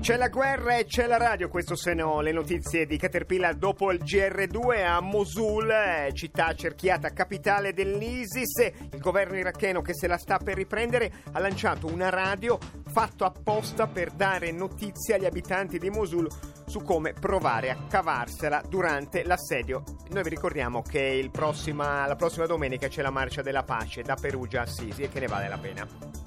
C'è la guerra e c'è la radio, questo sono le notizie di Caterpillar dopo il GR2 a Mosul, città cerchiata capitale dell'ISIS. Il governo iracheno, che se la sta per riprendere, ha lanciato una radio fatto apposta per dare notizie agli abitanti di Mosul su come provare a cavarsela durante l'assedio. Noi vi ricordiamo che la prossima domenica c'è la marcia della pace da Perugia a Assisi e che ne vale la pena.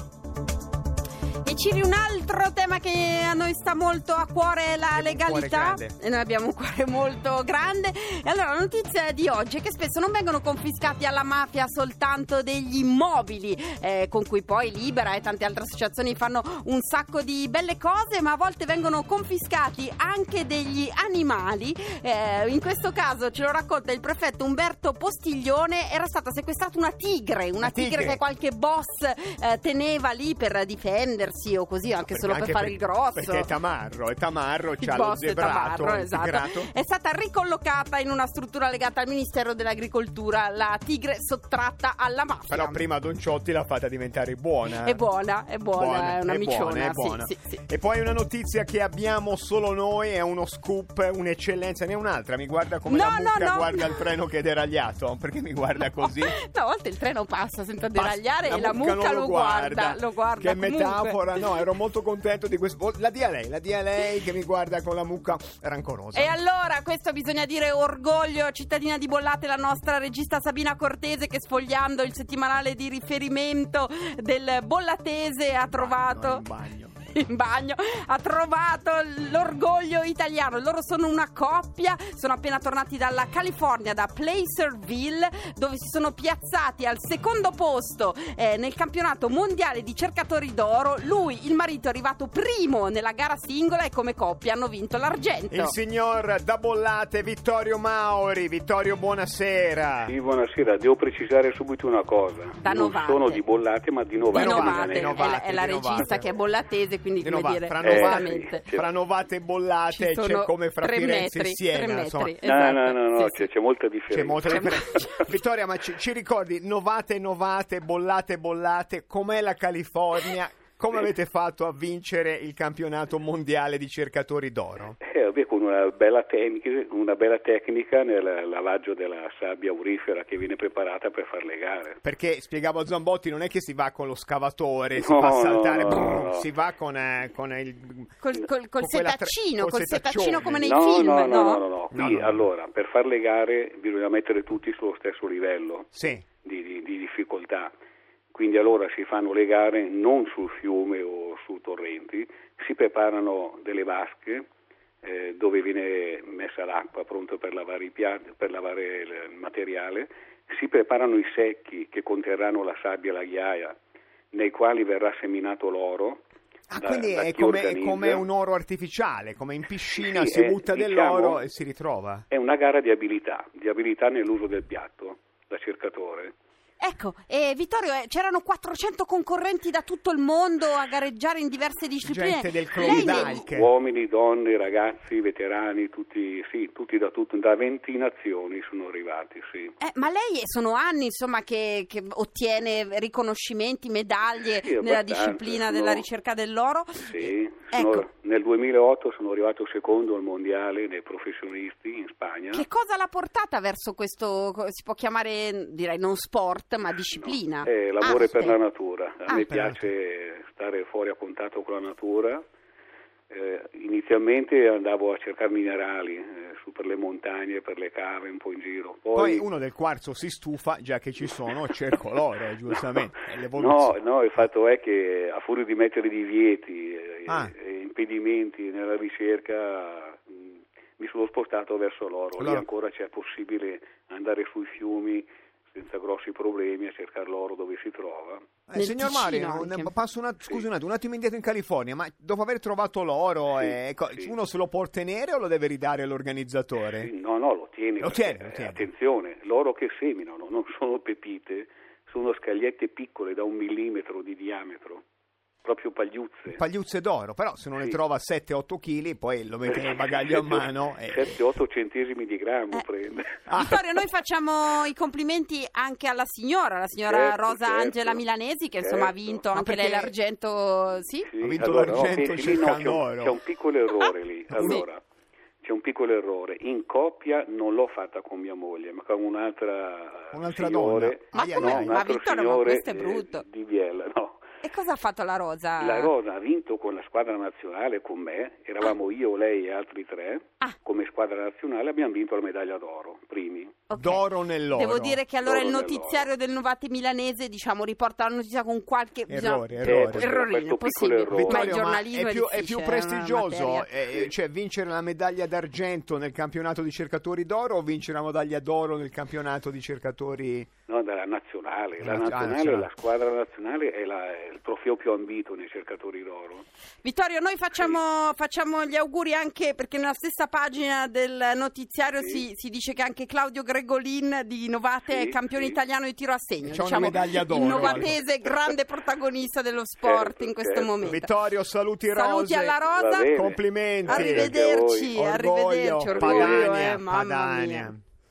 E Ciri, un altro tema che a noi sta molto a cuore è la legalità. E noi abbiamo un cuore molto grande. E allora la notizia di oggi è che spesso non vengono confiscati alla mafia soltanto degli immobili, con cui poi Libera e tante altre associazioni fanno un sacco di belle cose, ma a volte vengono confiscati anche degli animali. In questo caso ce lo racconta il prefetto Umberto Postiglione. Era stata sequestrata una tigre che qualche boss teneva lì per difendersi o così, anche solo per fare il grosso, perché è tamarro c'ha lo zebrato, esatto. È stata ricollocata in una struttura legata al Ministero dell'Agricoltura, la tigre sottratta alla mafia. Però prima Don Ciotti l'ha fatta diventare buona. È buona, è una miciona. È buona. Sì. E poi una notizia che abbiamo solo noi, è uno scoop, un'eccellenza, ne è un'altra, mi guarda come la mucca guarda il treno che è deragliato, perché mi guarda così. A volte il treno passa senza deragliare e la mucca lo guarda che comunque. Metafora. No, ero molto contento di questo. La dia lei che mi guarda con la mucca rancorosa. E allora, questo bisogna dire orgoglio cittadina di Bollate, la nostra regista Sabina Cortese, che sfogliando il settimanale di riferimento del bollatese ha trovato in bagno ha trovato l'orgoglio italiano. Loro sono una coppia, sono appena tornati dalla California, da Placerville, dove si sono piazzati al secondo posto nel campionato mondiale di cercatori d'oro. Lui, il marito, è arrivato primo nella gara singola e come coppia hanno vinto l'argento. Il signor da Bollate Vittorio Mauri. Vittorio, buonasera. Sì, buonasera. Devo precisare subito una cosa. Non sono di Bollate, ma di Novate. È la regista che è bollatese, quindi fra Novate e Bollate c'è come fra Firenze e Siena. Esatto. No, c'è molta differenza. Vittoria, ma ci ricordi Novate, Bollate, com'è la California? Come avete fatto a vincere il campionato mondiale di cercatori d'oro? Con una bella tecnica nel lavaggio della sabbia aurifera che viene preparata per fare le gare. Perché, spiegavo a Zambotti, non è che si va con lo scavatore, si fa saltare, si va con il... Col setaccino come nei film. No. Qui, allora, per fare le gare bisogna mettere tutti sullo stesso livello di difficoltà. Quindi allora si fanno le gare non sul fiume o su torrenti, si preparano delle vasche dove viene messa l'acqua pronto per lavare i piatti, per lavare il materiale, si preparano i secchi che conterranno la sabbia e la ghiaia, nei quali verrà seminato l'oro. Quindi è come un oro artificiale, come in piscina si butta dell'oro e si ritrova. È una gara di abilità nell'uso del piatto da cercatore. Ecco, Vittorio, c'erano 400 concorrenti da tutto il mondo a gareggiare in diverse discipline. Gente del Klondike. Uomini, donne, ragazzi, veterani, tutti da 20 nazioni sono arrivati, sì. Ma lei sono anni, insomma, che ottiene riconoscimenti, medaglie nella disciplina della ricerca dell'oro. Sì, nel 2008 sono arrivato secondo al mondiale dei professionisti in Spagna. Che cosa l'ha portata verso questo, si può chiamare, direi non sport, ma disciplina? L'amore per la natura. A me piace stare fuori a contatto con la natura. Inizialmente andavo a cercare minerali su per le montagne, per le cave, un po' in giro. Poi uno del quarzo si stufa, già che ci sono, cerco l'oro, giustamente. No, il fatto è che a furia di mettere divieti e impedimenti nella ricerca mi sono spostato verso l'oro. Lì ancora c'è possibile andare sui fiumi senza grossi problemi a cercare l'oro dove si trova. Signor Mario, passo un attimo indietro in California, ma dopo aver trovato l'oro, uno se lo può ottenere o lo deve ridare all'organizzatore? Sì, no, lo tiene. Attenzione, l'oro che seminano non sono pepite, sono scagliette piccole da 1 millimetro di diametro. proprio pagliuzze d'oro, però se non ne trova 7-8 kg poi lo mette nel bagaglio a mano 7-8 centesimi di grammo prende. Vittorio, noi facciamo i complimenti anche alla signora Rosa Angela Milanesi, che insomma ha vinto anche lei l'argento. Sì, ha vinto l'argento cercando oro. C'è un piccolo errore lì. Allora, c'è un piccolo errore. In coppia non l'ho fatta con mia moglie, ma con un'altra signore. Donna. Ma Vittorio, ma questo è brutto. Di Biella, no. E cosa ha fatto la Rosa? La Rosa ha vinto con la squadra nazionale, con me, eravamo io, lei e altri 3, come squadra nazionale abbiamo vinto la medaglia d'oro, primi. Okay. D'oro nell'oro. Devo dire che allora il notiziario del Novate Milanese, diciamo, riporta la notizia con qualche errorino possibile. Vittorio, ma il giornalismo è più prestigioso, cioè vincere la medaglia d'argento nel campionato di cercatori d'oro o vincere la medaglia d'oro nel campionato di cercatori? No, della nazionale. La squadra nazionale è il trofeo più ambito nei cercatori d'oro. Vittorio, noi facciamo gli auguri anche perché nella stessa pagina del notiziario si dice che anche Claudio Gregolin di Novate è campione italiano di tiro a segno. C'è una medaglia d'oro. Il novatese grande protagonista dello sport in questo momento. Vittorio, saluti alla Rosa. Complimenti. Arrivederci. Orgoglio. Mamma mia.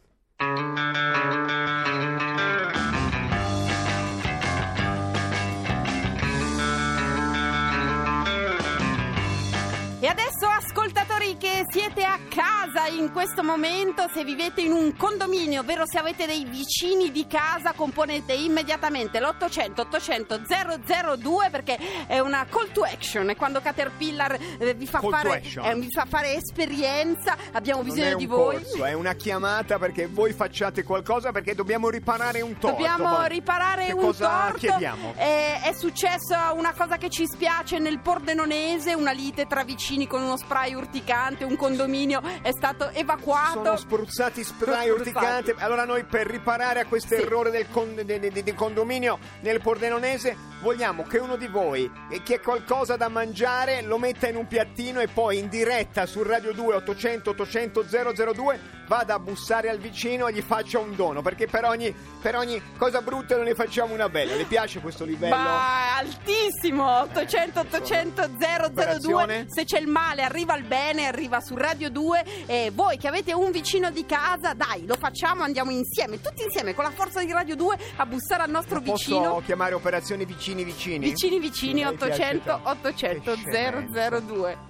E adesso, ascoltatori che siete a casa in questo momento, se vivete in un condominio, ovvero se avete dei vicini di casa, componete immediatamente l'800 800 002 perché è una call to action, è quando Caterpillar vi fa fare esperienza, abbiamo bisogno di voi. Corso, è una chiamata perché voi facciate qualcosa, perché dobbiamo riparare un torto. Cosa chiediamo? È successa una cosa che ci spiace nel Pordenonese, una lite tra vicini con uno spray urticante, un condominio è stato evacuato. Sono spruzzati spray urticante. Allora noi, per riparare a questo errore del condominio nel Pordenonese, vogliamo che uno di voi che ha qualcosa da mangiare lo metta in un piattino e poi in diretta su Radio 2 800 800 002 vada a bussare al vicino e gli faccia un dono, perché per ogni cosa brutta non ne facciamo una bella. Le piace questo livello? Ma altissimo. 800 800 002. Se c'è il male arriva il bene, arriva su Radio 2. E voi che avete un vicino di casa, dai, lo facciamo, andiamo insieme, tutti insieme con la forza di Radio 2 a bussare al nostro vicino. Posso chiamare operazione vicini? Vicini 800 800 002.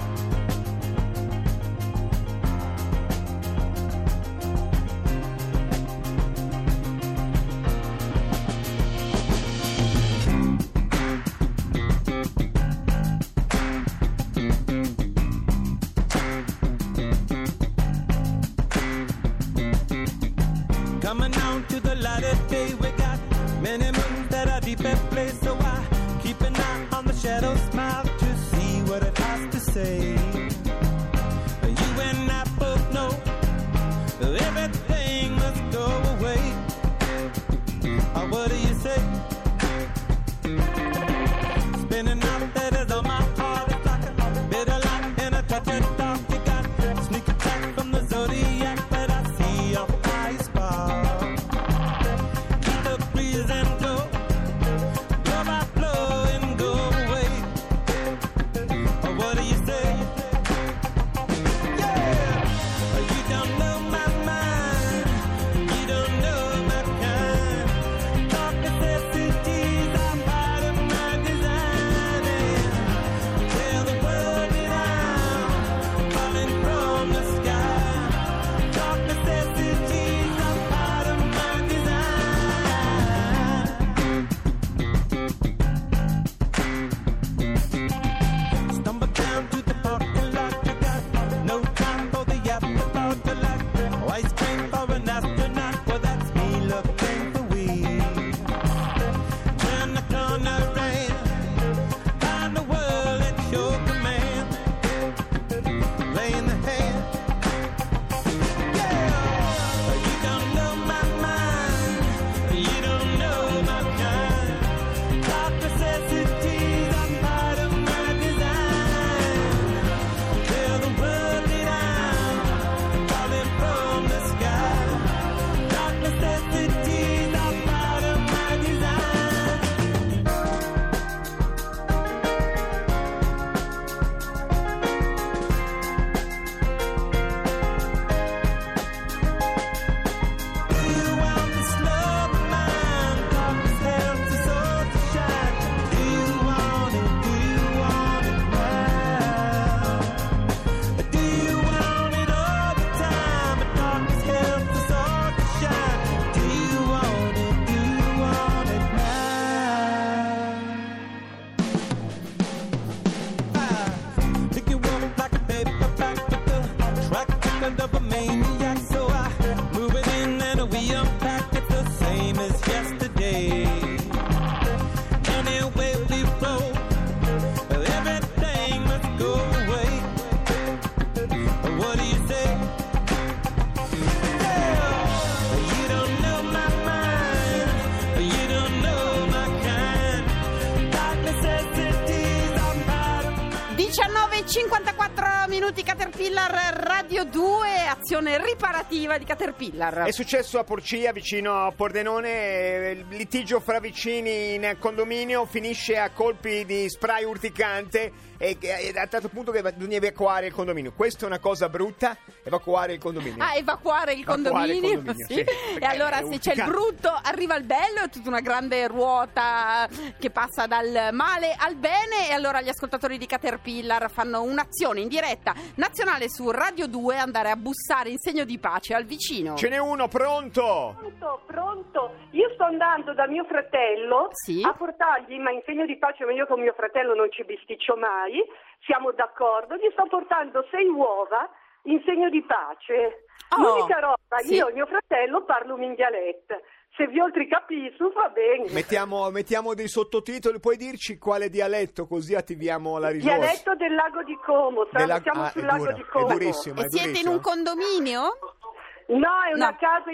Coming on to the light of day, we got many moons that are deep at play, so I keep an eye on the shadow smile to see what it has to 54 minuti Caterpillar Radio 2, azione riparativa di Caterpillar. È successo a Porcia, vicino a Pordenone, il litigio fra vicini in condominio finisce a colpi di spray urticante e a tal punto che bisogna evacuare il condominio. Questa è una cosa brutta, evacuare il condominio. Evacuare il condominio, sì. E allora se c'è il brutto arriva il bello, è tutta una grande ruota che passa dal male al bene, e allora gli ascoltatori di Caterpillar fanno un'azione in diretta nazionale su Radio 2, andare a bussare in segno di pace al vicino. Ce n'è uno, pronto? Pronto. Io sto andando da mio fratello a portargli, ma in segno di pace, ma io con mio fratello non ci bisticcio mai, siamo d'accordo, gli sto portando 6 uova in segno di pace. L'unica roba, io e mio fratello parlo in dialetto. Se vi oltre capisco, va bene. Mettiamo dei sottotitoli, puoi dirci quale dialetto, così attiviamo la risorsa. Dialetto del lago di Como, siamo sul lago di Como. È durissimo, e siete in un condominio? No, è una casa,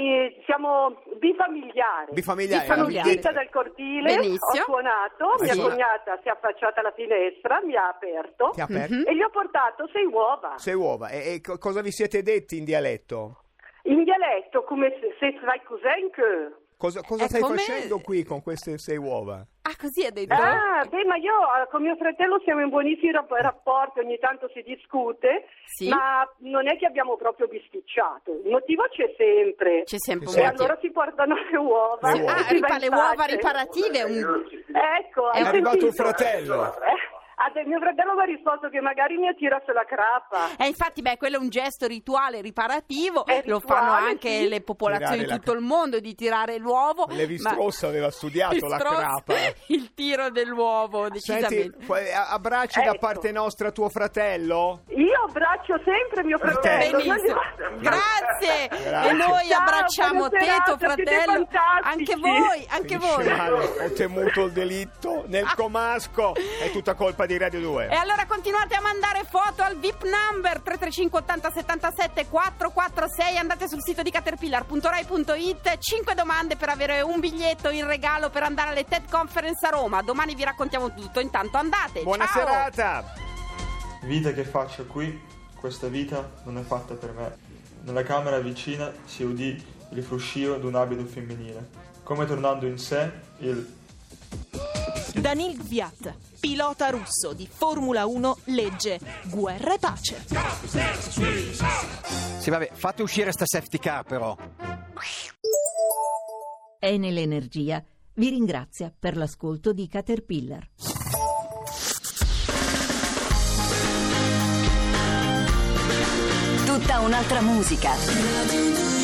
siamo bifamiliari. Sono uscita dal cortile, ho suonato, mia cognata si è affacciata alla finestra, mi ha aperto, e gli ho portato 6 uova. 6 uova, e cosa vi siete detti in dialetto? In dialetto, come se sai cos'è che... Cosa stai facendo qui con queste 6 uova? Così è detto? Ma io con mio fratello siamo in buonissimi rapporti, ogni tanto si discute, ma non è che abbiamo proprio bisticciato. Il motivo c'è sempre. E allora si portano le uova. Le uova riparative. Ecco, è arrivato il fratello. Mio fratello mi ha risposto che magari mi attira sulla crapa. Infatti, quello è un gesto rituale riparativo. Lo fanno anche le popolazioni di tutto il mondo, di tirare l'uovo. Levi-Strauss aveva studiato la crapa. Il tiro dell'uovo, decisamente. Senti, abbracci da parte nostra tuo fratello? Io abbraccio sempre mio fratello. Benissimo. Grazie. E noi abbracciamo te, tuo fratello. Anche voi. Ho temuto il delitto nel comasco. È tutta colpa di Radio 2. E allora continuate a mandare foto al VIP number 335 80 77 446. Andate sul sito di caterpillar.rai.it. 5 domande per avere un biglietto in regalo per andare alle TED Conference a Roma. Domani vi raccontiamo tutto, intanto andate. Buona serata. Vita che faccio qui, questa vita non è fatta per me. Nella camera vicina si udì il fruscio di un abito femminile. Come tornando in sé, il Danil Kvyat, pilota russo di Formula 1, legge guerra e pace. Sì, vabbè, fate uscire sta safety car però. Enel Energia vi ringrazia per l'ascolto di Caterpillar. Tutta un'altra musica.